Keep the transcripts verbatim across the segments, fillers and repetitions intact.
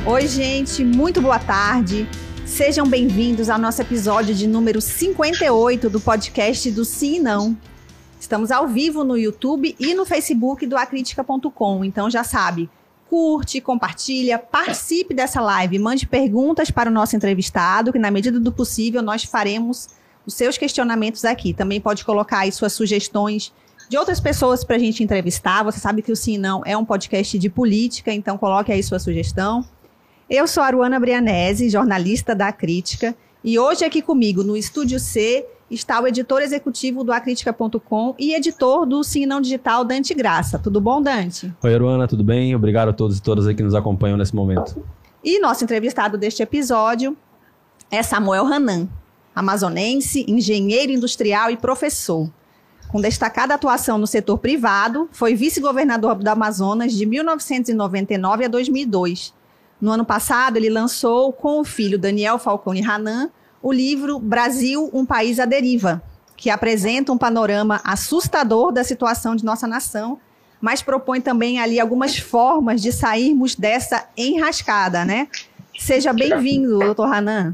Oi, gente, muito boa tarde. Sejam bem-vindos ao nosso episódio de número cinquenta e oito do podcast do Sim e Não. Estamos ao vivo no YouTube e no Facebook do acritica ponto com, então já sabe, curte, compartilha, participe dessa live, mande perguntas para o nosso entrevistado, que na medida do possível nós faremos os seus questionamentos aqui. Também pode colocar aí suas sugestões de outras pessoas para a gente entrevistar. Você sabe que o Sim e Não é um podcast de política, então coloque aí sua sugestão. Eu sou a Aruana Brianese, jornalista da Acrítica, e hoje aqui comigo no Estúdio C está o editor executivo do acritica ponto com e editor do Sim e Não Digital, Dante Graça. Tudo bom, Dante? Oi, Aruana, tudo bem? Obrigado a todos e todas aí que nos acompanham nesse momento. E nosso entrevistado deste episódio é Samuel Hanan, amazonense, engenheiro industrial e professor. Com destacada atuação no setor privado, foi vice-governador do Amazonas de mil novecentos e noventa e nove a dois mil e dois. No ano passado, ele lançou, com o filho Daniel Falcone Hanan, o livro Brasil, um País à Deriva, que apresenta um panorama assustador da situação de nossa nação, mas propõe também ali algumas formas de sairmos dessa enrascada, né? Seja bem-vindo, doutor Hanan.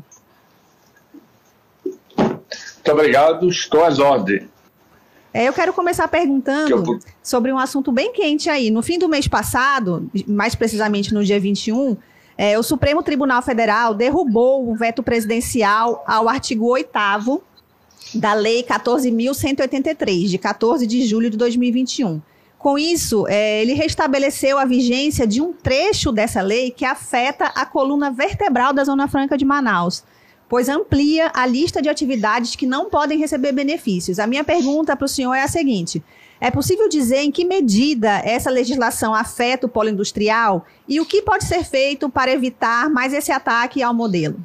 Muito obrigado, estou às ordens. É, eu quero começar perguntando eu... sobre um assunto bem quente aí. No fim do mês passado, mais precisamente no dia vinte e um, é, o Supremo Tribunal Federal derrubou o veto presidencial ao artigo oitavo da Lei quatorze mil cento e oitenta e três, de quatorze de julho de dois mil e vinte e um. Com isso, é, ele restabeleceu a vigência de um trecho dessa lei que afeta a coluna vertebral da Zona Franca de Manaus, pois amplia a lista de atividades que não podem receber benefícios. A minha pergunta para o senhor é a seguinte: é possível dizer em que medida essa legislação afeta o polo industrial e o que pode ser feito para evitar mais esse ataque ao modelo?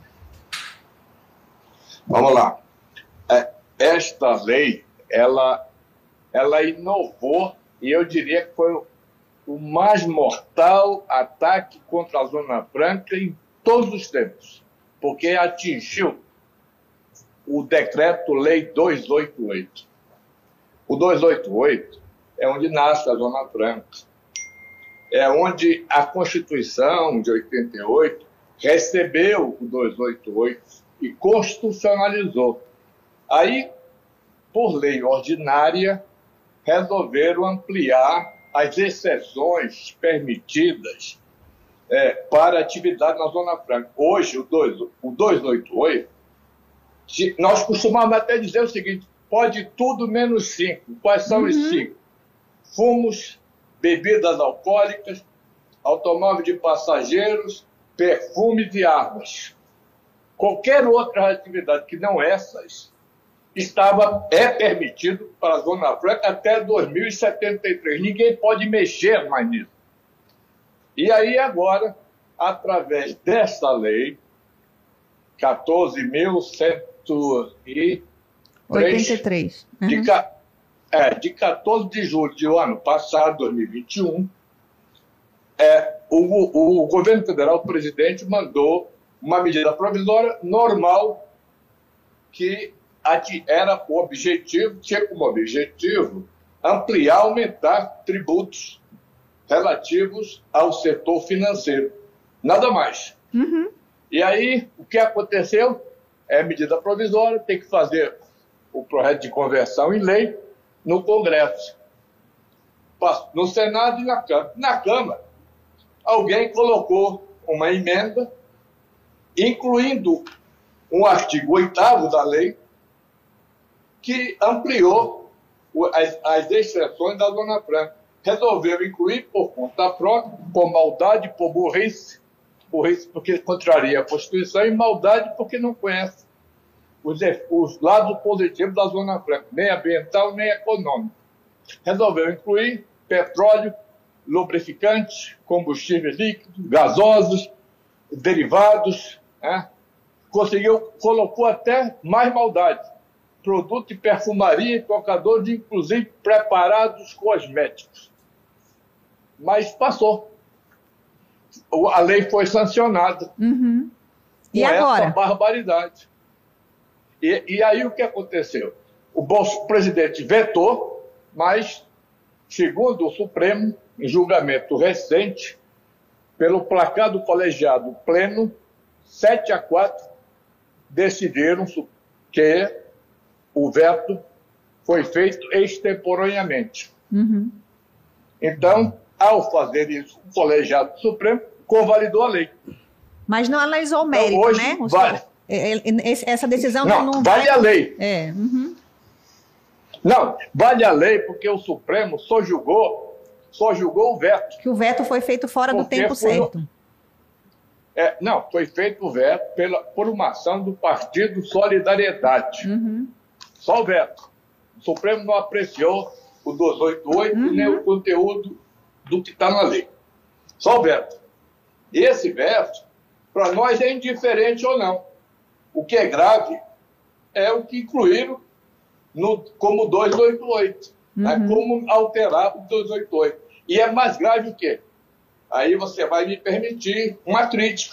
Vamos lá. Esta lei, ela, ela inovou, e eu diria que foi o mais mortal ataque contra a Zona Franca em todos os tempos, porque atingiu o Decreto-Lei duzentos e oitenta e oito. O duzentos e oitenta e oito é onde nasce a Zona Franca. É onde a Constituição de oitenta e oito recebeu o duzentos e oitenta e oito e constitucionalizou. Aí, por lei ordinária, resolveram ampliar as exceções permitidas É, para atividade na Zona Franca. Hoje, o duzentos e oitenta e oito, nós costumamos até dizer o seguinte: pode tudo menos cinco. Quais são uhum. os cinco? Fumos, bebidas alcoólicas, automóvel de passageiros, perfumes e armas. Qualquer outra atividade que não essas estava, é permitido para a Zona Franca até dois mil e setenta e três. Ninguém pode mexer mais nisso. E aí agora, através dessa lei, quatorze mil cento e oitenta e três, uhum. de, é, de quatorze de julho do ano passado, dois mil e vinte e um, é, o, o governo federal, o presidente, mandou uma medida provisória normal que era o objetivo, tinha como objetivo ampliar, aumentar tributos relativos ao setor financeiro. Nada mais. Uhum. E aí, o que aconteceu? É medida provisória, tem que fazer o projeto de conversão em lei no Congresso, no Senado e na Câmara. Na Câmara, alguém colocou uma emenda, incluindo um artigo oitavo da lei, que ampliou as, as exceções da Zona Franca. Resolveu incluir por conta própria, por maldade, por burrice, burrice porque contraria a Constituição, e maldade porque não conhece os, os lados positivos da Zona Franca, nem ambiental, nem econômico. Resolveu incluir petróleo, lubrificantes, combustíveis líquidos, gasosos, derivados, né? Conseguiu, colocou até mais maldade. Produto de perfumaria e tocador de, inclusive, preparados cosméticos. Mas passou. A lei foi sancionada. Uhum. E com agora? Essa barbaridade. E, e aí o que aconteceu? O, Bolso, o presidente vetou, mas, segundo o Supremo, em julgamento recente, pelo placar do colegiado pleno, sete a quatro, decidiram que o veto foi feito extemporaneamente. Uhum. Então, ao fazer isso, o colegiado supremo convalidou a lei. Mas não analisou o mérito, então, hoje, né? O vale. Senhor, essa decisão não, não... vale a lei. É. Uhum. Não, vale a lei porque o Supremo só julgou, só julgou o veto. Que o veto foi feito fora do tempo certo. No... É, não, foi feito o veto pela, por uma ação do Partido Solidariedade. Uhum. Só o veto. O Supremo não apreciou o duzentos e oitenta e oito uhum. nem o conteúdo do que está na lei. Só o veto. E esse veto, para nós, é indiferente ou não. O que é grave é o que incluíram no, como duzentos e oitenta e oito. Uhum. Né? Como alterar o duzentos e oitenta e oito. E é mais grave o quê? Aí você vai me permitir uma crítica.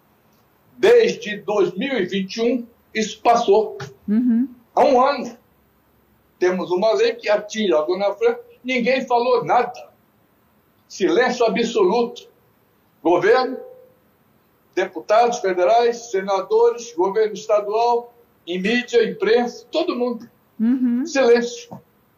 Desde dois mil e vinte e um, isso passou. Uhum. Há um ano. Temos uma lei que atira a Dona Franca, ninguém falou nada. Silêncio absoluto. Governo, deputados federais, senadores, governo estadual, em mídia, imprensa, todo mundo. Uhum. Silêncio.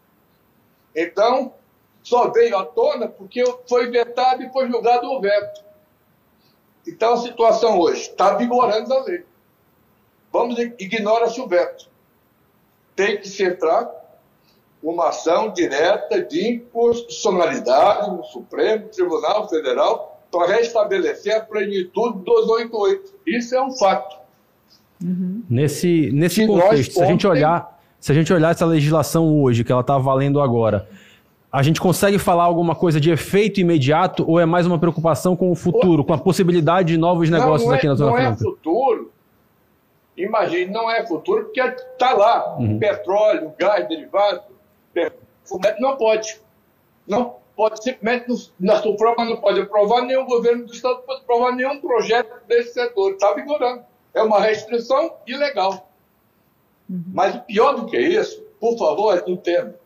Então, só veio à tona porque foi vetado e foi julgado o veto. Então, a situação hoje está vigorando a lei. Vamos ignorar-se o veto. Tem que se entrar uma ação direta de inconstitucionalidade no Supremo Tribunal Federal para restabelecer a plenitude dos oitenta e oito. Isso é um fato. Uhum. Nesse, nesse contexto, se a gente olhar, se a gente olhar essa legislação hoje, que ela está valendo agora, a gente consegue falar alguma coisa de efeito imediato ou é mais uma preocupação com o futuro, com a possibilidade de novos negócios não, não é, aqui na Zona Franca? Não é futuro. Imagine, não é futuro porque está lá. Uhum. Petróleo, gás, derivado, não pode. Não pode. Simplesmente na Suprema não pode aprovar, nenhum governo do Estado pode aprovar nenhum projeto desse setor. Está vigorando. É uma restrição ilegal. Uhum. Mas o pior do que isso, por favor, entenda.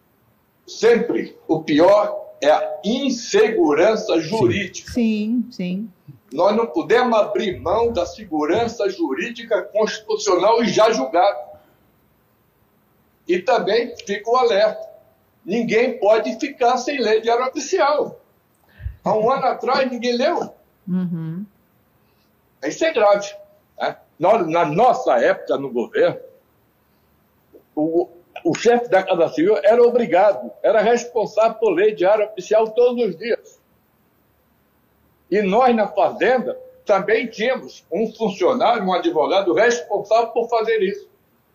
Sempre o pior é a insegurança jurídica. Sim, sim. Nós não podemos abrir mão da segurança jurídica constitucional e já julgada. E também fica o alerta. Ninguém pode ficar sem lei de diário oficial. Há um ano atrás, ninguém leu. Uhum. Isso é grave. Né? Na nossa época, no governo, o, o chefe da Casa Civil era obrigado, era responsável por lei de diário oficial todos os dias. E nós, na Fazenda, também tínhamos um funcionário, um advogado responsável por fazer isso.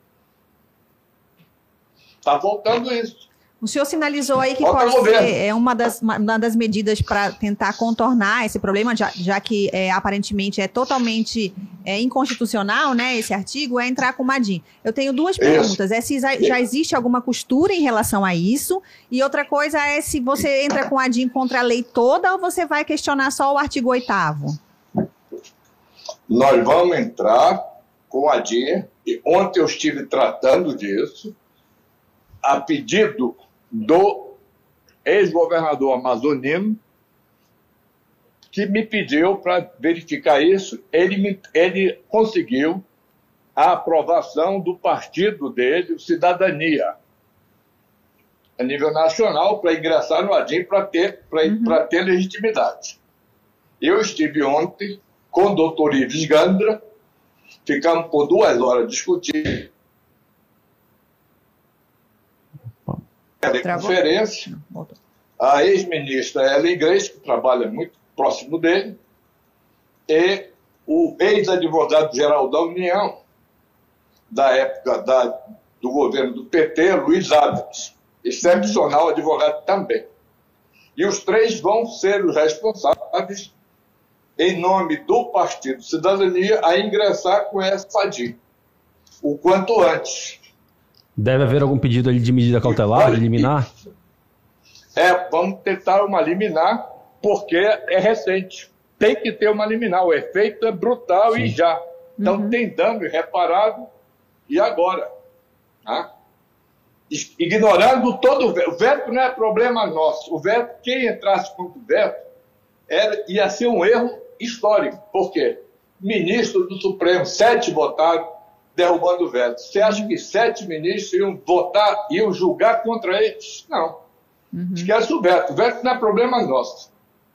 Está voltando isso. O senhor sinalizou aí que Volta pode ser é, uma, das, uma das medidas para tentar contornar esse problema, já, já que é, aparentemente é totalmente é, inconstitucional, né, esse artigo, é entrar com o Madin. Eu tenho duas isso. perguntas. É se já existe alguma costura em relação a isso, e outra coisa é se você entra com o Madin contra a lei toda ou você vai questionar só o artigo oitavo? Nós vamos entrar com o Madin, e ontem eu estive tratando disso, a pedido do ex-governador amazonino, que me pediu para verificar isso. Ele, me, ele conseguiu a aprovação do partido dele, o Cidadania, a nível nacional, para ingressar no ADIM para ter, uhum. ter legitimidade. Eu estive ontem com o doutor Ives Gandra, ficamos por duas horas discutindo a conferência, a ex-ministra Ellen Grace, que trabalha muito próximo dele, e o ex-advogado-geral da União, da época da, do governo do P T, Luiz Adams, excepcional advogado também. E os três vão ser os responsáveis, em nome do Partido Cidadania, a ingressar com essa ADIM, o quanto antes. Deve haver algum pedido ali de medida cautelar, de liminar? É, vamos tentar uma liminar, porque é recente. Tem que ter uma liminar. O efeito é brutal. Sim. E já. Então uhum. tem dano irreparável. E agora? Tá? Ignorando todo o veto. O veto não é problema nosso. O veto, quem entrasse contra o veto, era, ia ser um erro histórico. Por quê? Ministro do Supremo, sete votaram derrubando o veto. Você acha que sete ministros iam votar, iam julgar contra eles? Não. Uhum. Esquece o veto. O veto não é problema nosso.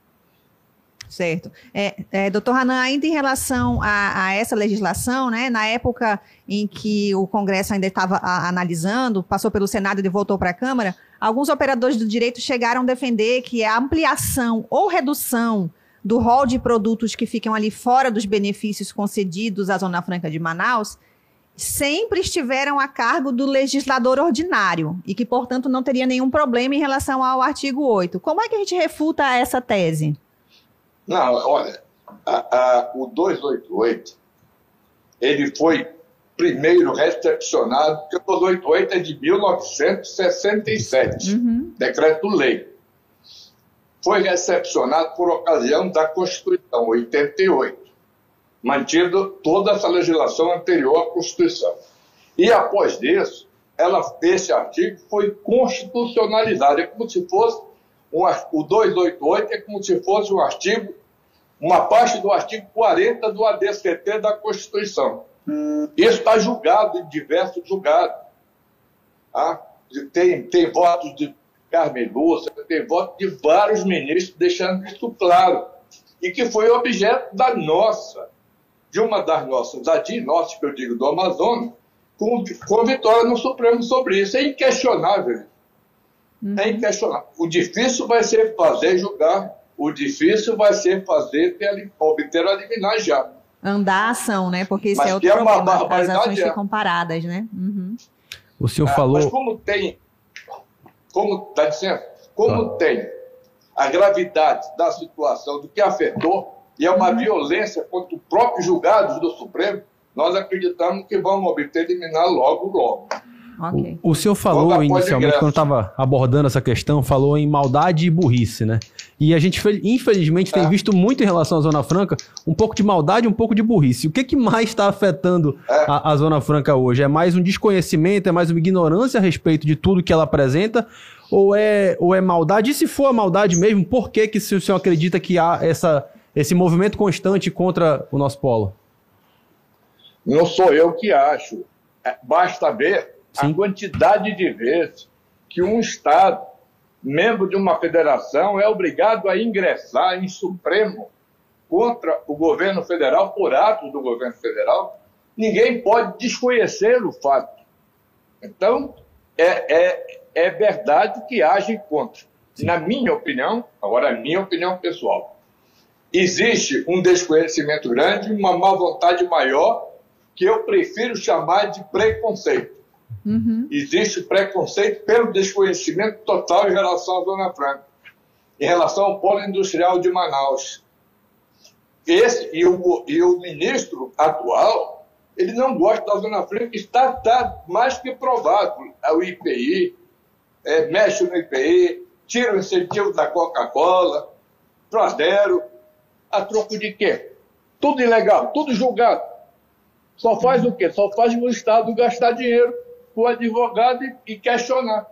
Certo. É, é, doutor Hanan, ainda em relação a, a essa legislação, né, na época em que o Congresso ainda estava a, analisando, passou pelo Senado e voltou para a Câmara, alguns operadores do direito chegaram a defender que a ampliação ou redução do rol de produtos que ficam ali fora dos benefícios concedidos à Zona Franca de Manaus sempre estiveram a cargo do legislador ordinário e que, portanto, não teria nenhum problema em relação ao artigo oito. Como é que a gente refuta essa tese? Não, olha, a, a, o duzentos e oitenta e oito, ele foi primeiro recepcionado, porque o duzentos e oitenta e oito é de mil novecentos e sessenta e sete, uhum. Decreto-lei. Foi recepcionado por ocasião da Constituição, oitenta e oito, mantido toda essa legislação anterior à Constituição. E após isso, ela, esse artigo foi constitucionalizado, é como se fosse Um, o duzentos e oitenta e oito é como se fosse um artigo, uma parte do artigo quarenta do A D C T da Constituição. Hum. Isso está julgado em diversos julgados. Tá? Tem, tem votos de Carmen Lúcia, tem votos de vários ministros deixando isso claro. E que foi objeto da nossa, de uma das nossas, a de nossas, que eu digo, do Amazonas, com, com vitória no Supremo sobre isso. É inquestionável. É inquestionável. O difícil vai ser fazer julgar, o difícil vai ser fazer ter, obter a liminar já. Andar a ação, né? Porque isso mas é outro é problema, uma as ações é. ficam paradas, né? Uhum. O senhor é, falou... Mas como tem, como está dizendo, como ah. tem a gravidade da situação, do que afetou, e é uma uhum. violência contra os próprios julgados do Supremo, nós acreditamos que vamos obter liminar logo, logo. Okay. O, o senhor falou inicialmente, quando estava abordando essa questão, falou em maldade e burrice, né? E a gente, infelizmente, é. tem visto muito em relação à Zona Franca, um pouco de maldade e um pouco de burrice. O que, que mais está afetando é. a, a Zona Franca hoje? É mais um desconhecimento, é mais uma ignorância a respeito de tudo que ela apresenta? Ou é, ou é maldade? E se for a maldade mesmo, por que, que o senhor acredita que há essa, esse movimento constante contra o nosso polo? Não sou eu que acho. Basta ver Sim. a quantidade de vezes que um Estado, membro de uma federação, é obrigado a ingressar em Supremo contra o governo federal, por atos do governo federal, ninguém pode desconhecer o fato. Então, é, é, é verdade que agem contra. Sim. Na minha opinião, agora a minha opinião pessoal, existe um desconhecimento grande, uma má vontade maior, que eu prefiro chamar de preconceito. Uhum. Existe preconceito pelo desconhecimento total em relação à Zona Franca, em relação ao polo industrial de Manaus. Esse, e, o, e o ministro atual, ele não gosta da Zona Franca, está, está mais que provado. O I P I, é, mexe no I P I, tira o incentivo da Coca-Cola, Prodero, a troco de quê? Tudo ilegal, tudo julgado. Só faz o quê? Só faz o Estado gastar dinheiro com o advogado e, e questionar.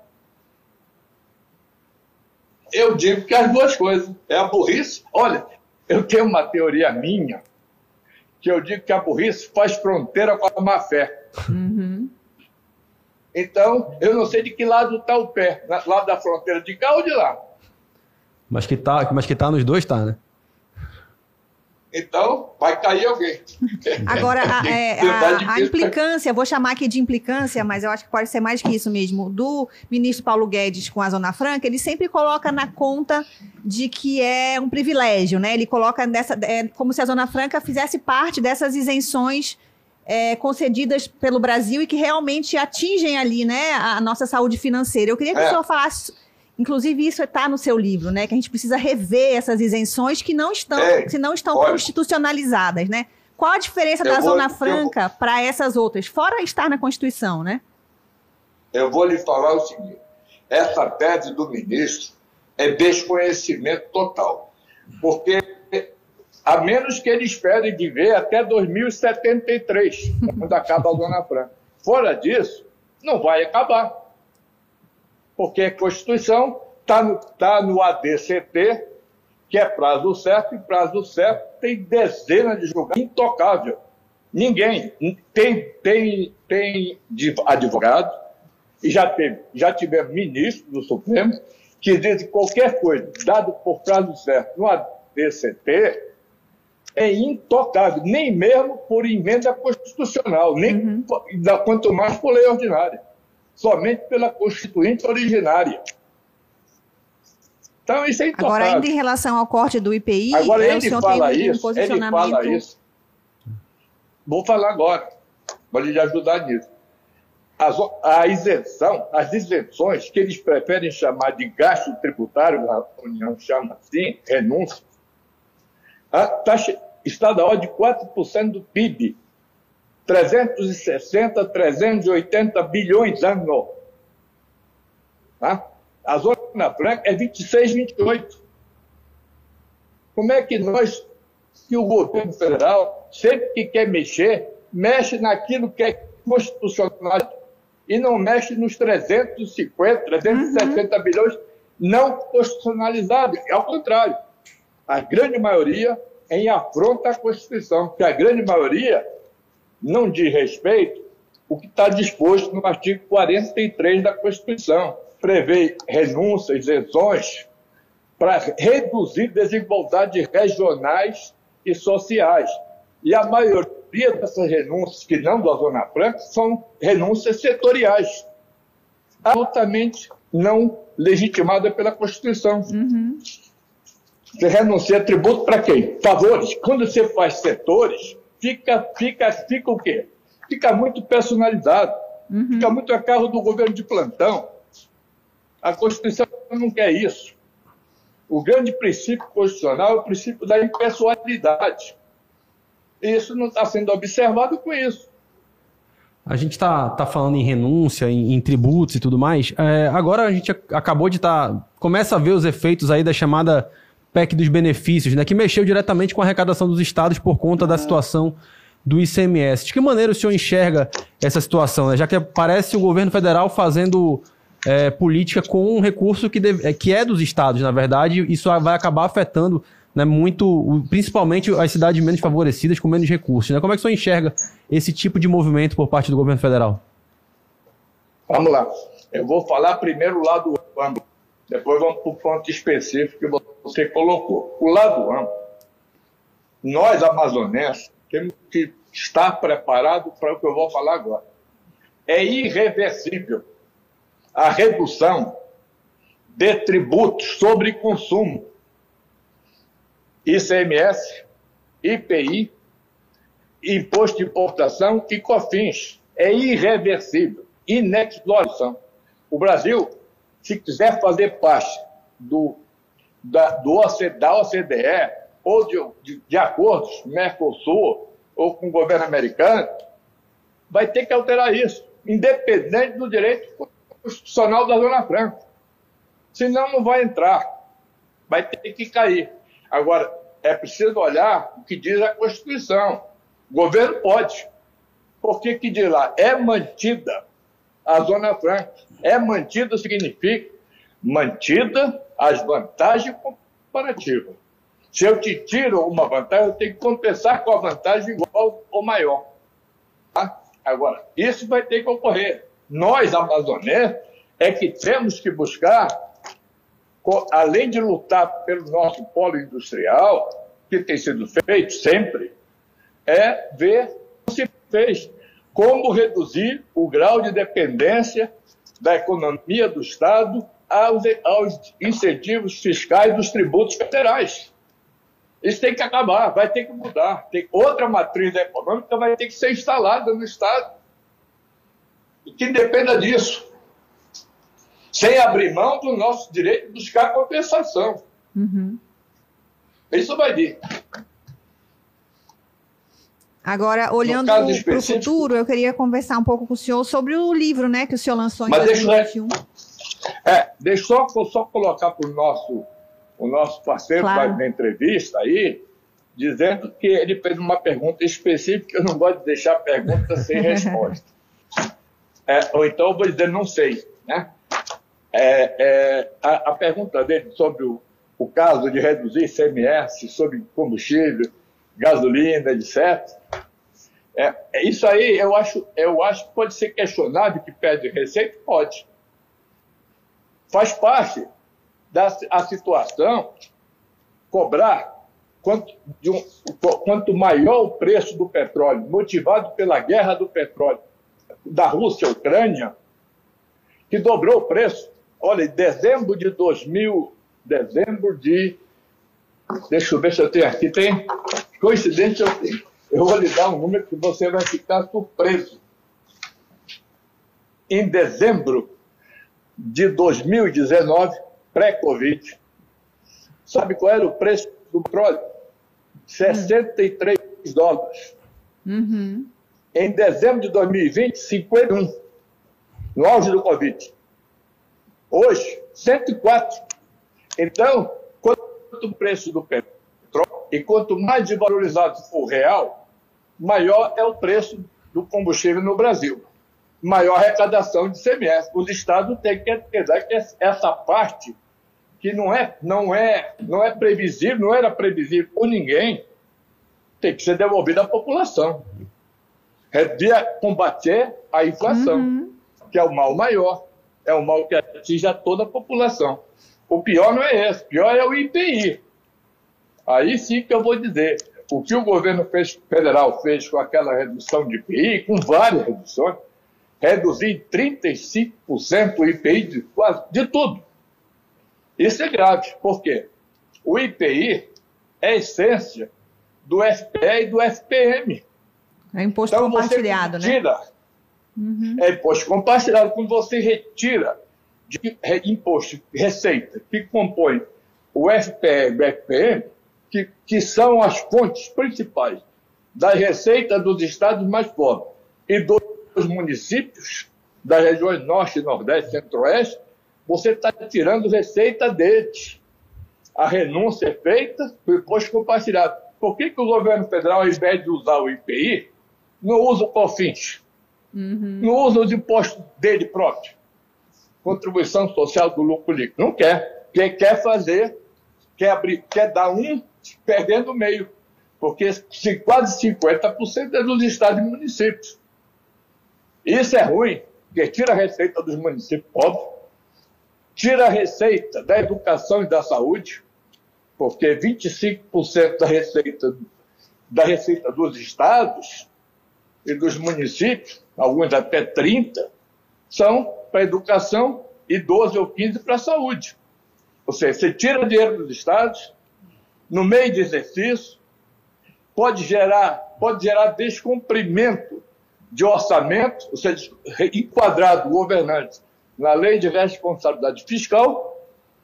Eu digo que as duas coisas. É a burrice. Olha, eu tenho uma teoria minha, que eu digo que a burrice faz fronteira com a má-fé. Uhum. Então, eu não sei de que lado está o pé. Lado da fronteira, de cá ou de lá. Mas que tá, mas que tá nos dois, tá, né? Então, vai cair alguém. Agora, a, é, a, a implicância, vou chamar aqui de implicância, mas eu acho que pode ser mais que isso mesmo, do ministro Paulo Guedes com a Zona Franca, ele sempre coloca na conta de que é um privilégio, né? Ele coloca dessa, é, como se a Zona Franca fizesse parte dessas isenções é, concedidas pelo Brasil e que realmente atingem ali, né, a nossa saúde financeira. Eu queria que é. o senhor falasse... Inclusive, isso está no seu livro, né? Que a gente precisa rever essas isenções que não estão, é, que não estão olha, constitucionalizadas, né? Qual a diferença da vou, Zona Franca para essas outras, fora estar na Constituição, né? Eu vou lhe falar o seguinte. Essa tese do ministro é desconhecimento total. Porque, a menos que ele espere de ver até dois mil e setenta e três, quando acaba a Zona Franca. Fora disso, não vai acabar. Porque a Constituição está no, tá no A D C T, que é prazo certo, e prazo certo tem dezenas de julgados, intocável. Ninguém. Tem, tem, tem advogado, e já, teve, já tivemos ministro do Supremo, que dizem que qualquer coisa, dado por prazo certo no A D C T, é intocável, nem mesmo por emenda constitucional, nem uhum. quanto mais por lei ordinária, somente pela Constituinte originária. Então, isso é intocável. Agora, ainda em relação ao corte do I P I, agora, é, ele, o senhor fala tem um isso, posicionamento... ele fala isso. Vou falar agora, para lhe ajudar nisso. As, a isenção, as isenções, que eles preferem chamar de gasto tributário, a União chama assim, renúncia, a taxa está da ordem de quatro por cento do P I B, trezentos e sessenta, trezentos e oitenta bilhões ano. Tá? A Zona Franca é vinte e seis, vinte e oito. Como é que nós, que o governo federal, sempre que quer mexer, mexe naquilo que é constitucional e não mexe nos trezentos e cinquenta, trezentos e sessenta uhum. bilhões não constitucionalizados? Ao contrário, a grande maioria é em afronta à Constituição, porque a grande maioria não diz respeito o que está disposto no artigo quarenta e três da Constituição. Prevê renúncias, isenções, para reduzir desigualdades regionais e sociais. E a maioria dessas renúncias, que não da Zona Franca, são renúncias setoriais, absolutamente não legitimadas pela Constituição. Uhum. Você renuncia a tributo para quem? Favores. Quando você faz setores, fica, fica, fica o quê? Fica muito personalizado, uhum. fica muito a cargo do governo de plantão. A Constituição não quer isso. O grande princípio constitucional é o princípio da impessoalidade. E isso não está sendo observado com isso. A gente está tá falando em renúncia, em, em tributos e tudo mais. É, agora a gente acabou de estar... Tá, começa a ver os efeitos aí da chamada P E C dos benefícios, né, que mexeu diretamente com a arrecadação dos estados por conta da situação do I C M S. De que maneira o senhor enxerga essa situação, né? Já que parece o governo federal fazendo... É, política com um recurso que, deve, é, que é dos estados, na verdade, isso vai acabar afetando, né, muito, principalmente as cidades menos favorecidas com menos recursos. Né? Como é que o senhor enxerga esse tipo de movimento por parte do governo federal? Vamos lá. Eu vou falar primeiro o lado amplo, depois vamos para o ponto específico que você colocou. O lado amplo, nós, amazonenses, temos que estar preparados para o que eu vou falar agora. É irreversível a redução de tributos sobre consumo, I C M S, I P I, Imposto de Importação e COFINS. É irreversível, inexorável. O Brasil, se quiser fazer parte do, da, do, da O C D E ou de, de, de acordos Mercosul ou com o governo americano, vai ter que alterar isso, independente do direito constitucional da Zona Franca. Senão não vai entrar. Vai ter que cair. Agora, é preciso olhar o que diz a Constituição. O governo pode. Por que que diz lá? É mantida a Zona Franca. É mantida significa mantida as vantagens comparativas. Se eu te tiro uma vantagem, eu tenho que compensar com a vantagem igual ou maior. Tá? Agora, isso vai ter que ocorrer. Nós, amazonenses, é que temos que buscar, além de lutar pelo nosso polo industrial, que tem sido feito sempre, é ver como se fez, como reduzir o grau de dependência da economia do Estado aos, aos incentivos fiscais dos tributos federais. Isso tem que acabar, vai ter que mudar. Tem outra matriz econômica vai ter que ser instalada no Estado. E que dependa disso. Sem abrir mão do nosso direito de buscar compensação. Uhum. Isso vai vir. Agora, olhando para o futuro, eu queria conversar um pouco com o senhor sobre o livro, né, que o senhor lançou em dois mil e vinte e um. É, deixa só, só colocar para o nosso, o nosso parceiro claro. Da entrevista aí, dizendo que ele fez uma pergunta específica, eu não gosto de deixar pergunta sem resposta. É, ou então eu vou dizer, não sei. Né? É, é, a, a pergunta dele sobre o, o caso de reduzir I C M S sobre combustível, gasolina, etcétera. É, é isso aí, eu acho, eu acho que pode ser questionável que pede receita, pode. Faz parte da a situação cobrar quanto, de um, quanto maior o preço do petróleo, motivado pela guerra do petróleo da Rússia e Ucrânia, que dobrou o preço. Olha, em dezembro de dois mil, dezembro de... Deixa eu ver se eu tenho aqui, tem... Coincidência eu tenho. Eu vou lhe dar um número que você vai ficar surpreso. Em dezembro de dois mil e dezenove, pré-Covid, sabe qual era o preço do petróleo? sessenta e três dólares. Uhum. Em dezembro de dois mil e vinte, cinquenta e um, no auge do Covid. Hoje, cento e quatro. Então, quanto o preço do petróleo, e quanto mais desvalorizado for o real, maior é o preço do combustível no Brasil. Maior arrecadação de I C M S. Os estados têm que entender que essa parte, que não é, não é, não é previsível, não era previsível por ninguém, tem que ser devolvida à população. É de combater a inflação, uhum. que é o mal maior, é o mal que atinge a toda a população. O pior não é esse, o pior é o I P I. Aí sim que eu vou dizer, o que o governo fez, federal fez com aquela redução de I P I, com várias reduções, reduzir em trinta e cinco por cento o I P I de, quase, de tudo. Isso é grave, por quê? O I P I é a essência do F P E e do F P M. É imposto então, compartilhado, você retira, né? Uhum. É imposto compartilhado. Quando você retira de imposto, receita, que compõe o F P E e o F P M, que, que são as fontes principais da receita dos estados mais pobres e dos municípios das regiões Norte, Nordeste, Centro-Oeste, você está tirando receita deles. A renúncia é feita do imposto compartilhado. Por que, que o governo federal, ao invés de usar o I P I, não usa o COFINS? Uhum. Não usa os impostos dele próprio? Contribuição social do lucro líquido. Não quer. Porque quer fazer, quer, abrir, quer dar um, perdendo o meio. Porque quase cinquenta por cento é dos estados e municípios. Isso é ruim, porque tira a receita dos municípios pobres, tira a receita da educação e da saúde, porque vinte e cinco por cento da receita, da receita dos estados e dos municípios, alguns até trinta por cento, são para a educação e doze ou quinze por cento para a saúde. Ou seja, você tira dinheiro dos estados, no meio de exercício, pode gerar, pode gerar descumprimento de orçamento, ou seja, enquadrado o governante na lei de responsabilidade fiscal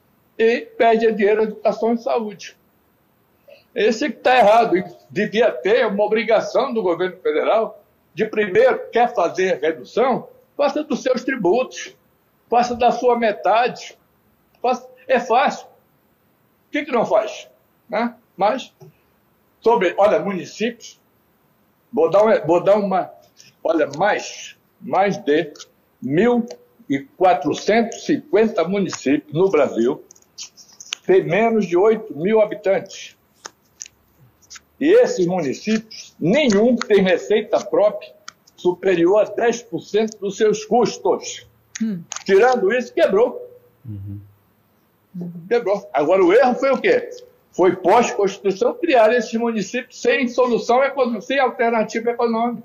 e perde dinheiro à educação e saúde. Esse que está errado. Devia ter uma obrigação do governo federal de, primeiro, quer fazer redução, faça dos seus tributos, faça da sua metade. Faça, é fácil. O que, que não faz? Né? Mas, sobre, olha, municípios, vou dar, uma, vou dar uma, olha, mais, mais de mil e quatrocentos e cinquenta municípios no Brasil têm menos de oito mil habitantes. E esses municípios, nenhum tem receita própria superior a dez por cento dos seus custos. Hum. Tirando isso, quebrou. Uhum. Quebrou. Agora, o erro foi o quê? Foi pós-Constituição criar esses municípios sem solução econômica, sem alternativa econômica.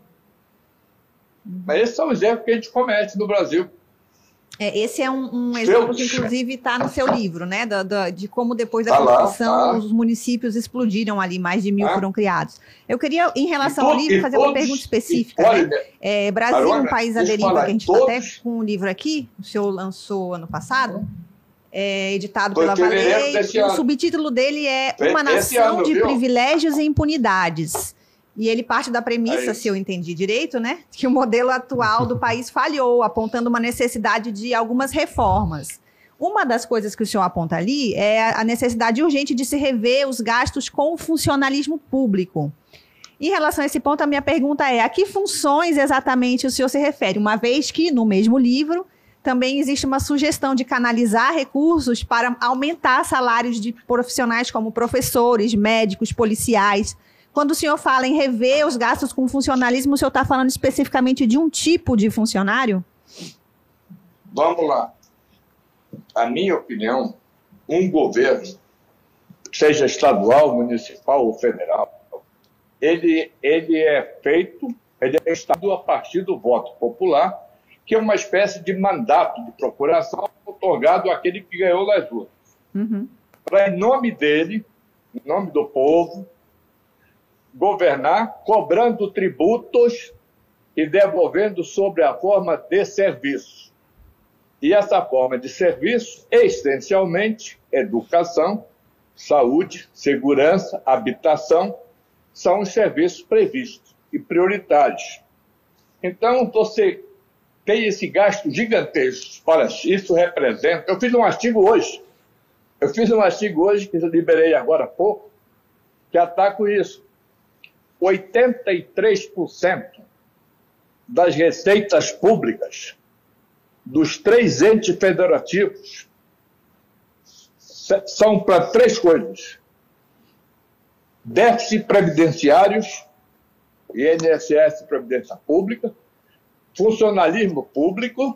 Uhum. Mas esses são os erros que a gente comete no Brasil. É, esse é um, um exemplo que, inclusive, está no seu livro, né? Da, da, de como, depois da tá Constituição, lá, tá. os municípios explodiram ali, mais de mil ah. foram criados. Eu queria, em relação to, ao livro, fazer todos, uma pergunta específica. E, olha, né? é, Brasil, Arona, um país à deriva, falar, que a gente está todos, até com um livro aqui, o senhor lançou ano passado, é, editado Foi pela Valei, e ano. o subtítulo dele é Foi Uma Nação ano, de viu? Privilégios e Impunidades. E ele parte da premissa, é se eu entendi direito, né, que o modelo atual do país falhou, apontando uma necessidade de algumas reformas. Uma das coisas que o senhor aponta ali é a necessidade urgente de se rever os gastos com o funcionalismo público. Em relação a esse ponto, a minha pergunta é: a que funções exatamente o senhor se refere? Uma vez que, no mesmo livro, também existe uma sugestão de canalizar recursos para aumentar salários de profissionais como professores, médicos, policiais. Quando o senhor fala em rever os gastos com funcionalismo, o senhor está falando especificamente de um tipo de funcionário? Vamos lá. A minha opinião, um governo, seja estadual, municipal ou federal, ele, ele é feito, ele é estado a partir do voto popular, que é uma espécie de mandato de procuração otorgado àquele que ganhou nas urnas. Uhum. Para, em nome dele, em nome do povo, governar, cobrando tributos e devolvendo sobre a forma de serviço. E essa forma de serviço, essencialmente, educação, saúde, segurança, habitação, são os serviços previstos e prioritários. Então, você tem esse gasto gigantesco. Olha, isso representa... Eu fiz um artigo hoje, eu fiz um artigo hoje, que eu liberei agora há pouco, que ataca isso. oitenta e três por cento das receitas públicas dos três entes federativos são para três coisas: déficit previdenciários, I N S S, Previdência Pública, funcionalismo público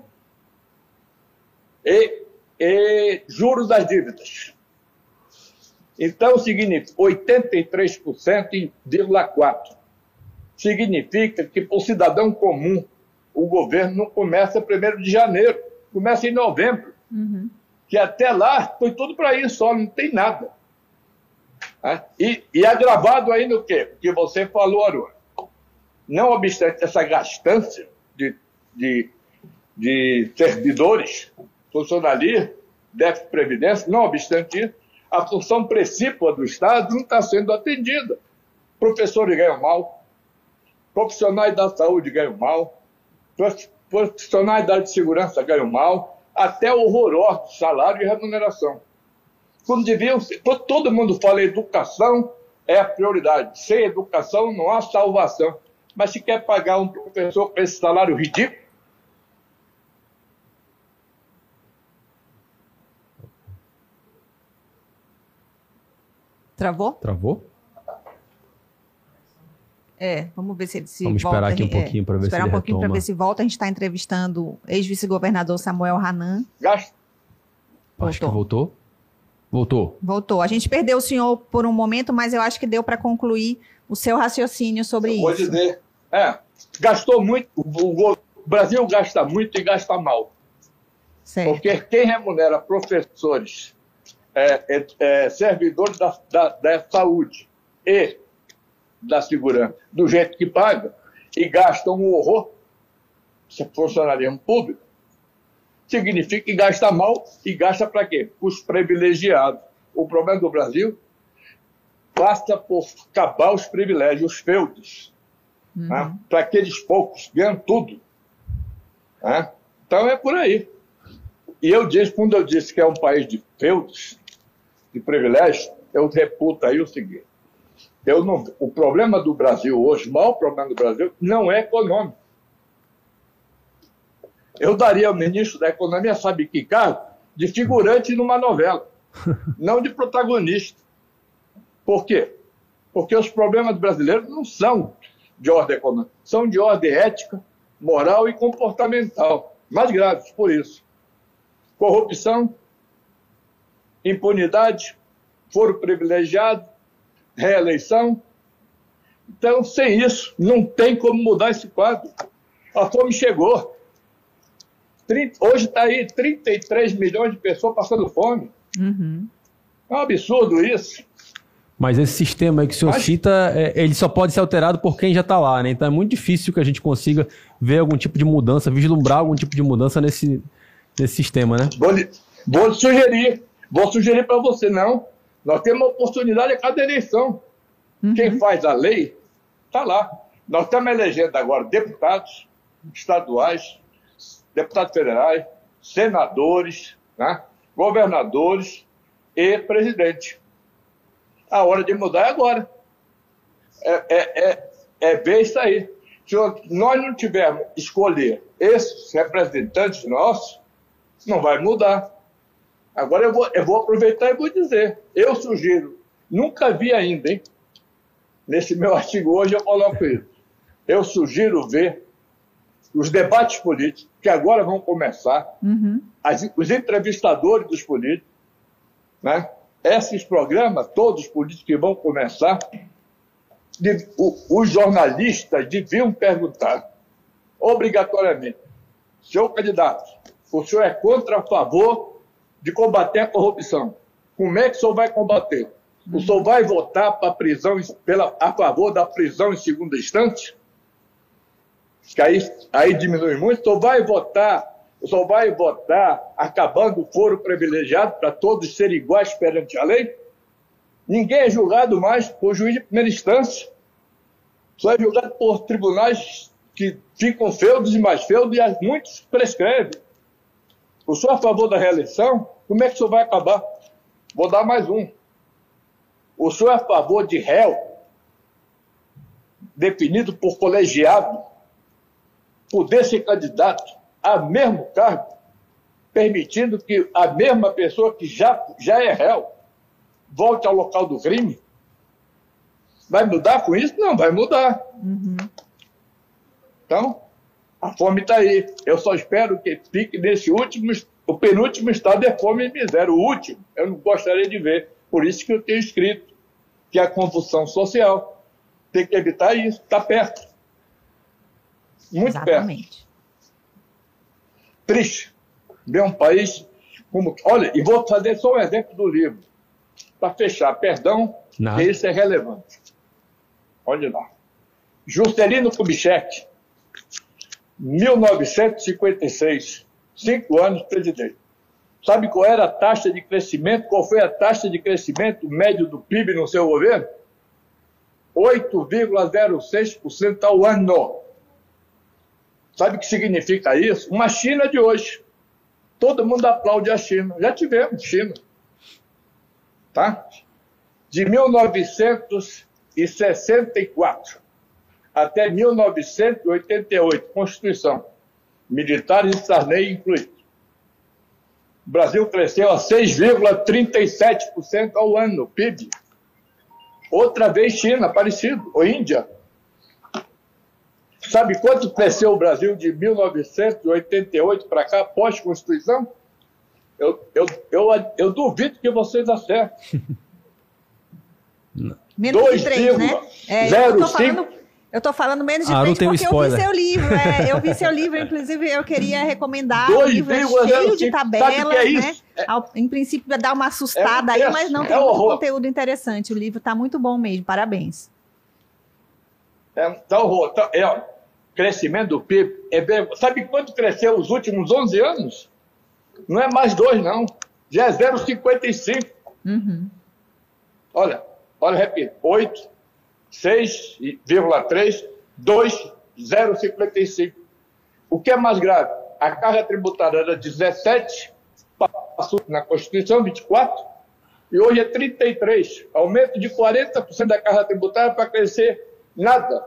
e, e juros das dívidas. Então, significa oitenta e três por cento e vírgula quatro por cento. Significa que, para o cidadão comum, o governo não começa primeiro de janeiro, começa em novembro. Uhum. Que até lá foi tudo para isso, só não tem nada. É? E, e agravado aí no quê? O que você falou, Aruan. Não obstante essa gastança de, de, de servidores, funcionalismo, déficit de previdência, não obstante isso, a função principal do Estado não está sendo atendida. Professores ganham mal, profissionais da saúde ganham mal, profissionais da área de segurança ganham mal, até horroroso salário e remuneração. Quando deviam ser, todo mundo fala educação é a prioridade. Sem educação não há salvação. Mas se quer pagar um professor com esse salário ridículo, Travou? Travou? É, vamos ver se ele se vamos volta. Vamos esperar aqui um pouquinho é, para ver se ele Esperar um pouquinho para retoma. ver se volta. A gente está entrevistando o ex-vice-governador Samuel Hanan. Gasta. Acho que voltou. Voltou. Voltou. A gente perdeu o senhor por um momento, mas eu acho que deu para concluir o seu raciocínio sobre eu isso. Vou dizer. É, gastou muito. O Brasil gasta muito e gasta mal. Certo. Porque quem remunera professores, é, é, é, servidores da, da, da saúde e da segurança, do jeito que paga, e gasta um horror, se é funcionalismo público, significa que gasta mal e gasta para quê? Os privilegiados. O problema do Brasil passa por acabar os privilégios, os feudos, uhum. né? Para aqueles poucos ganham tudo. Né? Então é por aí. E eu disse, quando eu disse que é um país de feudos, de privilégios, eu reputo aí o seguinte. Eu não, o problema do Brasil hoje, o maior problema do Brasil, não é econômico. Eu daria ao ministro da Economia, sabe que cargo? De figurante numa novela, não de protagonista. Por quê? Porque os problemas brasileiros não são de ordem econômica, são de ordem ética, moral e comportamental. Mais graves por isso. Corrupção, impunidade, foro privilegiado, reeleição. Então, sem isso, não tem como mudar esse quadro. A fome chegou. Hoje está aí trinta e três milhões de pessoas passando fome. Uhum. É um absurdo isso. Mas esse sistema aí que o senhor Mas... cita, é, ele só pode ser alterado por quem já está lá, né? Então é muito difícil que a gente consiga ver algum tipo de mudança, vislumbrar algum tipo de mudança nesse, nesse sistema, né? Vou, vou sugerir, vou sugerir para você, não. Nós temos uma oportunidade a cada eleição. Uhum. Quem faz a lei está lá. Nós estamos elegendo agora deputados estaduais, deputados federais, senadores, né, governadores e presidente. A hora de mudar é agora. É, é, é, é ver isso aí. Se nós não tivermos escolher esses representantes nossos, Não vai mudar. Agora eu vou, eu vou aproveitar e vou dizer. Eu sugiro, nunca vi ainda, hein? Nesse meu artigo hoje eu coloco isso. Eu sugiro ver os debates políticos, que agora vão começar, uhum. as, os entrevistadores dos políticos, né? Esses programas, todos os políticos que vão começar, de, o, os jornalistas deviam perguntar, obrigatoriamente, senhor candidato, o senhor é contra ou a favor de combater a corrupção? Como é que o senhor vai combater? O senhor vai votar para prisão, pela, a favor da prisão em segunda instância? Que aí, aí diminui muito. O senhor vai votar, o senhor vai votar acabando o foro privilegiado para todos serem iguais perante a lei? Ninguém é julgado mais por juiz de primeira instância. Só é julgado por tribunais que ficam feudos e mais feudos e muitos prescrevem. O senhor é a favor da reeleição? Como é que o senhor vai acabar? Vou dar mais um. O senhor é a favor de réu definido por colegiado poder ser candidato a mesmo cargo, permitindo que a mesma pessoa que já, já é réu volte ao local do crime? Vai mudar com isso? Não, vai mudar. Uhum. Então, a fome está aí. Eu só espero que fique nesse último, o penúltimo estado é fome e miséria. O último, eu não gostaria de ver. Por isso que eu tenho escrito que a convulsão social tem que evitar isso. Está perto. Muito Exatamente. perto. Triste ver um país como... Olha, e vou fazer só um exemplo do livro, para fechar. Perdão, que isso é relevante. Olha lá. Juscelino Kubitschek, mil novecentos e cinquenta e seis, cinco anos presidente. Sabe qual era a taxa de crescimento? Qual foi a taxa de crescimento médio do P I B no seu governo? oito vírgula zero seis por cento ao ano. Sabe o que significa isso? Uma China de hoje. Todo mundo aplaude a China. Já tivemos China. Tá? De mil novecentos e sessenta e quatro até mil novecentos e oitenta e oito, Constituição. Militares e Sarney incluídos. O Brasil cresceu a seis vírgula trinta e sete por cento ao ano, P I B. Outra vez China, parecido, ou Índia. Sabe quanto cresceu o Brasil de mil novecentos e oitenta e oito para cá, pós-Constituição? Eu, eu, eu, eu duvido que vocês acertem. Menos de três, né? É, eu tô falando, eu tô falando menos de ah, três porque um eu vi seu livro. É, eu vi seu livro, inclusive eu queria recomendar. O livro é cheio de tabelas, é né? É, em princípio vai dar uma assustada é um aí, mas não, tem é muito conteúdo interessante. O livro está muito bom mesmo, parabéns. É, tá horror. Tá, é, ó, crescimento do P I B. É bem, sabe quanto cresceu os últimos onze anos? Não é mais dois, não. Já é zero vírgula cinquenta e cinco. Uhum. Olha, olha, repito. oito, seis vírgula três, dois, zero vírgula cinquenta e cinco. O que é mais grave? A carga tributária era dezessete, passou na Constituição, vinte e quatro, e hoje é trinta e três. Aumento de quarenta por cento da carga tributária para crescer nada.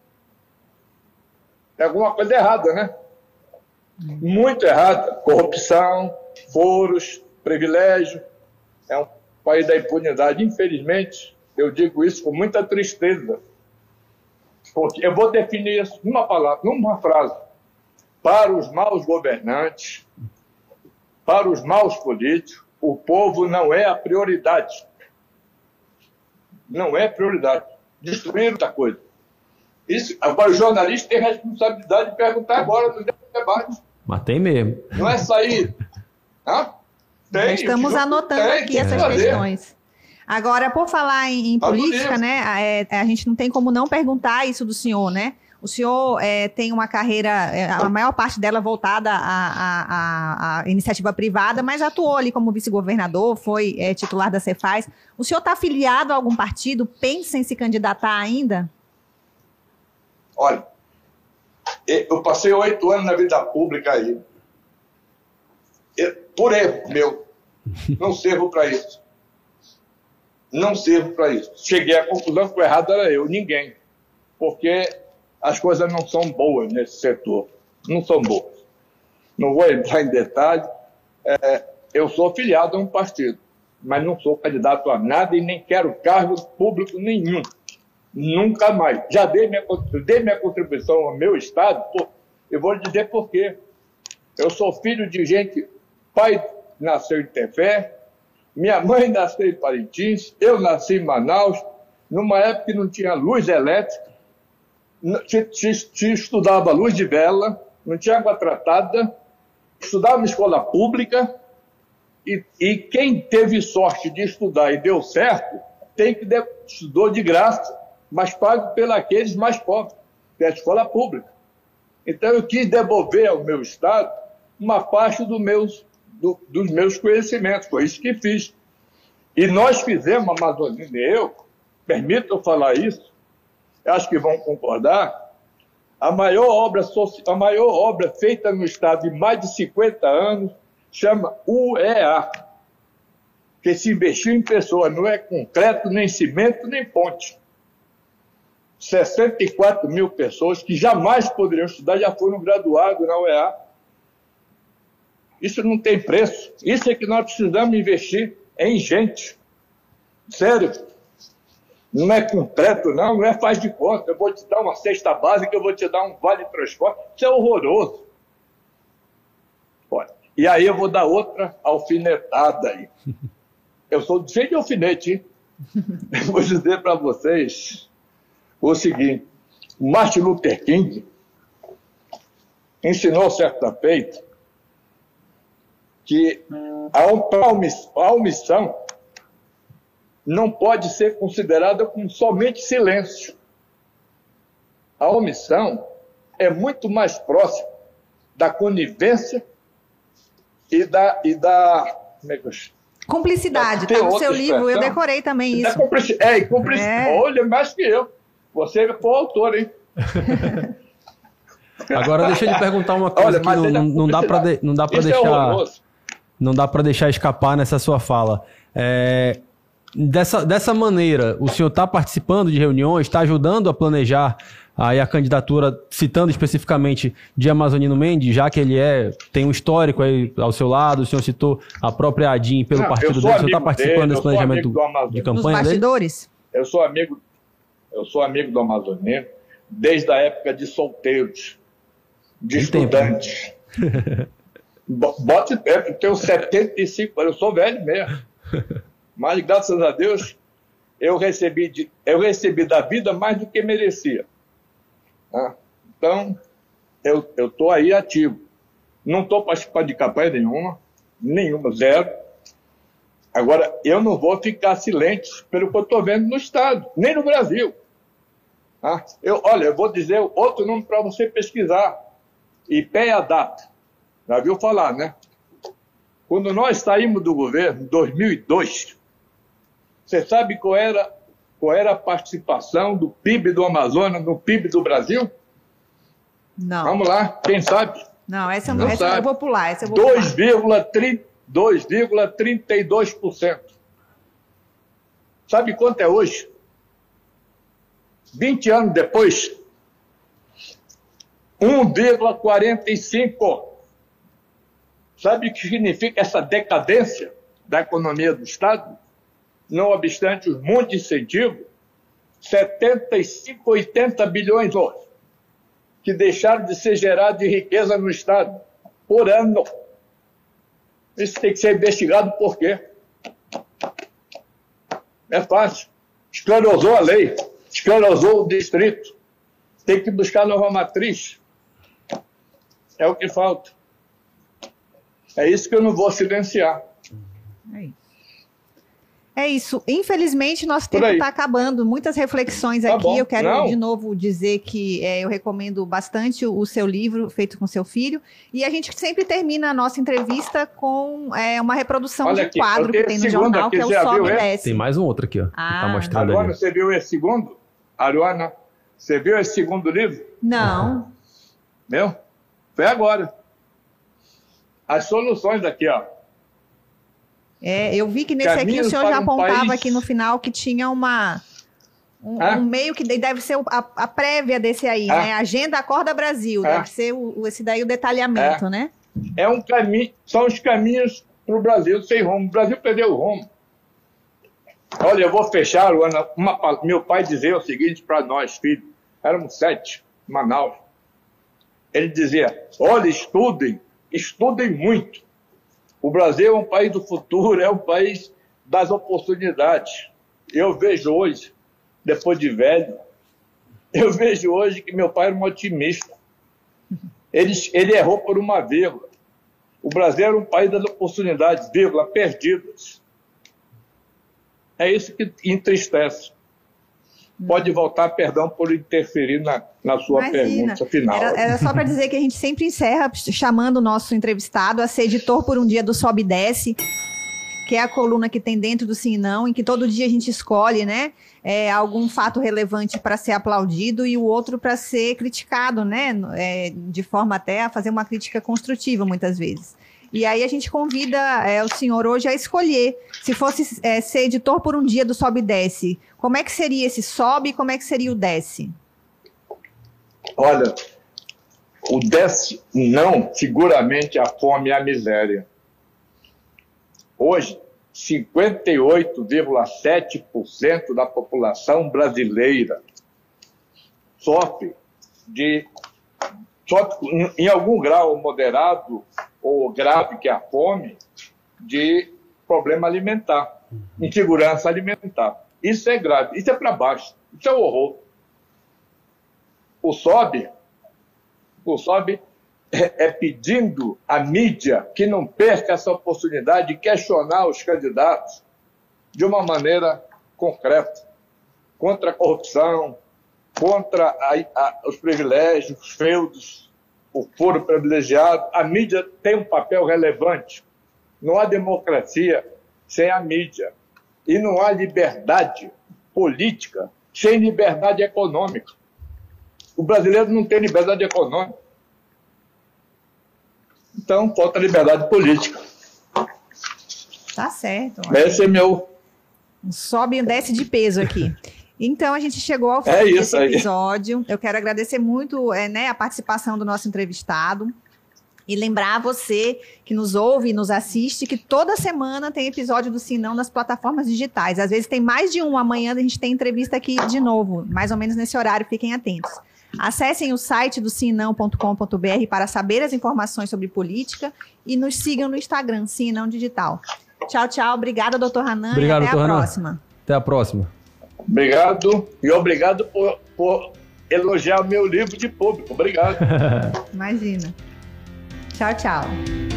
É alguma coisa errada, né? Muito errada. Corrupção, foros, privilégio. É um país da impunidade. Infelizmente, eu digo isso com muita tristeza. Porque eu vou definir isso numa palavra, numa frase. Para os maus governantes, para os maus políticos, o povo não é a prioridade. Não é prioridade. Destruir muita coisa. Isso, agora, o jornalista tem responsabilidade de perguntar agora no debate. Mas tem mesmo. Não é sair. Hã? Tem, Estamos anotando tem, aqui essas fazer. questões. Agora, por falar em, em política, né, a, a gente não tem como não perguntar isso do senhor, né? O senhor é, tem uma carreira, a maior parte dela voltada à, à, à iniciativa privada, mas atuou ali como vice-governador, foi é, titular da Cefaz. O senhor está afiliado a algum partido? Pensa em se candidatar ainda? Olha, eu passei oito anos na vida pública aí. Eu, por erro meu, não servo para isso. Não servo para isso. Cheguei à conclusão que o errado era eu, ninguém. Porque as coisas não são boas nesse setor. Não são boas. Não vou entrar em detalhe, é, eu sou filiado a um partido, mas não sou candidato a nada e nem quero cargo público nenhum. Nunca mais. Já dei minha, dei minha contribuição ao meu Estado, pô, eu vou lhe dizer por quê. Eu sou filho de gente, pai nasceu em Tefé, minha mãe nasceu em Parintins, eu nasci em Manaus, numa época que não tinha luz elétrica, se estudava luz de vela, não tinha água tratada, estudava em escola pública, e, e quem teve sorte de estudar e deu certo, tem que de, estudou de graça, mas pago pelos mais pobres, que é a escola pública. Então eu quis devolver ao meu Estado uma parte do meus, do, dos meus conhecimentos, foi isso que fiz. E nós fizemos, a Amazonina e eu, permitam falar isso, acho que vão concordar, a maior obra, a maior obra feita no Estado em mais de cinquenta anos chama U E A, que se investiu em pessoas, não é concreto, nem cimento, nem ponte. sessenta e quatro mil pessoas que jamais poderiam estudar já foram graduados na U E A. Isso não tem preço. Isso é que nós precisamos investir em gente. Sério. Não é concreto, não, não é faz de conta. Eu vou te dar uma cesta básica, eu vou te dar um vale transporte. Isso é horroroso. Olha, e aí eu vou dar outra alfinetada aí. Eu sou cheio de alfinete, hein? Eu vou dizer para vocês o seguinte: Martin Luther King ensinou certa feita que a omissão não pode ser considerada como somente silêncio. A omissão é muito mais próxima da conivência e da... E da como é que eu... Cumplicidade, está no seu livro, eu decorei também isso. Complici... É, cumplicidade. É. Olha, mais que eu. Você é coautor, hein? Agora deixa eu lhe perguntar uma coisa. Olha, que não, não, não dá para de, não dá para deixar é não dá para deixar escapar nessa sua fala. É, dessa, dessa maneira, o senhor está participando de reuniões, está ajudando a planejar aí a candidatura, citando especificamente de Amazonino Mendes, já que ele é, tem um histórico aí ao seu lado, o senhor citou a própria ADIM pelo não, partido dele, o senhor está participando dele, desse planejamento de campanha dos bastidores? Dele? Eu sou amigo, eu sou amigo do Amazonino desde a época de solteiros, de tem estudantes. Bote perto, eu tenho setenta e cinco anos, eu sou velho mesmo. Mas, graças a Deus, eu recebi, de, eu recebi da vida mais do que merecia. Ah, então, eu estou aí ativo. Não estou participando de campanha nenhuma, nenhuma, zero. Agora, eu não vou ficar silente pelo que eu estou vendo no Estado, nem no Brasil. Ah, eu, olha, eu vou dizer outro nome para você pesquisar. I P E A D A T. Já viu falar, né? Quando nós saímos do governo, em dois mil e dois, você sabe qual era, qual era a participação do P I B do Amazonas no P I B do Brasil? Não. Vamos lá, quem sabe? Não, essa, não essa eu vou pular. Essa eu vou dois vírgula trinta e dois por cento. Sabe quanto é hoje? vinte anos depois, um vírgula quarenta e cinco. Sabe o que significa essa decadência da economia do Estado? Não obstante os montes de incentivo, setenta e cinco, oitenta bilhões hoje, que deixaram de ser gerados de riqueza no Estado por ano. Isso tem que ser investigado por quê? É fácil. Esclerosou a lei, esclerosou o distrito. Tem que buscar nova matriz. É o que falta. É isso que eu não vou silenciar. É isso. É isso. Infelizmente, nosso tempo está acabando. Muitas reflexões tá aqui. Bom. Eu quero, não. de novo, dizer que é, eu recomendo bastante o, o seu livro, feito com seu filho. E a gente sempre termina a nossa entrevista com é, uma reprodução Olha de um aqui, quadro que tem no jornal, que é o Sobe e Desce. Tem mais um outro aqui, ó. Ah. Que tá mostrando Aruana, ali. Você viu esse segundo? Aruana, você viu esse segundo livro? Não. Meu? Foi agora. As soluções daqui, ó. É, eu vi que nesse Caminhos aqui o senhor já um apontava país... aqui no final que tinha uma um, um meio que deve ser a, a prévia desse aí, é. né? Agenda Acorda Brasil, é. deve ser o, esse daí o detalhamento, é. né? É um caminho, são os caminhos para o Brasil sem rumo. O Brasil perdeu o rumo. Olha, eu vou fechar, Luana. Uma, meu pai dizia o seguinte para nós, filhos. Éramos sete, em Manaus. Ele dizia, olha, estudem, estudem muito. O Brasil é um país do futuro, é um país das oportunidades. Eu vejo hoje, depois de velho, eu vejo hoje que meu pai era um otimista. Ele, ele errou por uma vírgula. O Brasil era um país das oportunidades, vírgula, perdidas. É isso que entristece. Pode voltar, perdão por interferir na, na sua Imagina. pergunta final. Era, era só para dizer que a gente sempre encerra chamando o nosso entrevistado a ser editor por um dia do Sobe e Desce, que é a coluna que tem dentro do Sim e Não, em que todo dia a gente escolhe, né, é, algum fato relevante para ser aplaudido e o outro para ser criticado, né, é, de forma até a fazer uma crítica construtiva, muitas vezes. E aí a gente convida é, o senhor hoje a escolher, se fosse é, ser editor por um dia do Sobe e Desce, como é que seria esse Sobe e como é que seria o Desce? Olha, o Desce não, seguramente a fome e a miséria. Hoje, cinquenta e oito vírgula sete por cento da população brasileira sofre de, sofre, em algum grau moderado ou grave que é a fome, de problema alimentar, insegurança alimentar. Isso é grave, isso é para baixo, isso é um horror. O Sobe, o Sobe é, é pedindo à mídia que não perca essa oportunidade de questionar os candidatos de uma maneira concreta, contra a corrupção, contra a, a, os privilégios, os feudos, o foro privilegiado. A mídia tem um papel relevante. Não há democracia sem a mídia. E não há liberdade política sem liberdade econômica. O brasileiro não tem liberdade econômica. Então, falta liberdade política. Tá certo. Esse é meu... Sobe e desce de peso aqui. Então, a gente chegou ao fim é desse aí. episódio. Eu quero agradecer muito é, né, a participação do nosso entrevistado. E lembrar a você que nos ouve e nos assiste que toda semana tem episódio do Sim Não nas plataformas digitais. Às vezes tem mais de um, amanhã a gente tem entrevista aqui de novo, mais ou menos nesse horário, fiquem atentos. Acessem o site do sim não ponto com ponto b r para saber as informações sobre política e nos sigam no Instagram, Sim Não Digital. Tchau, tchau. Obrigada, doutor Hanan. Obrigado, e até doutor a Hanan. próxima. Até a próxima. Obrigado e obrigado por, por elogiar o meu livro de público. Obrigado. Imagina. Tchau, tchau.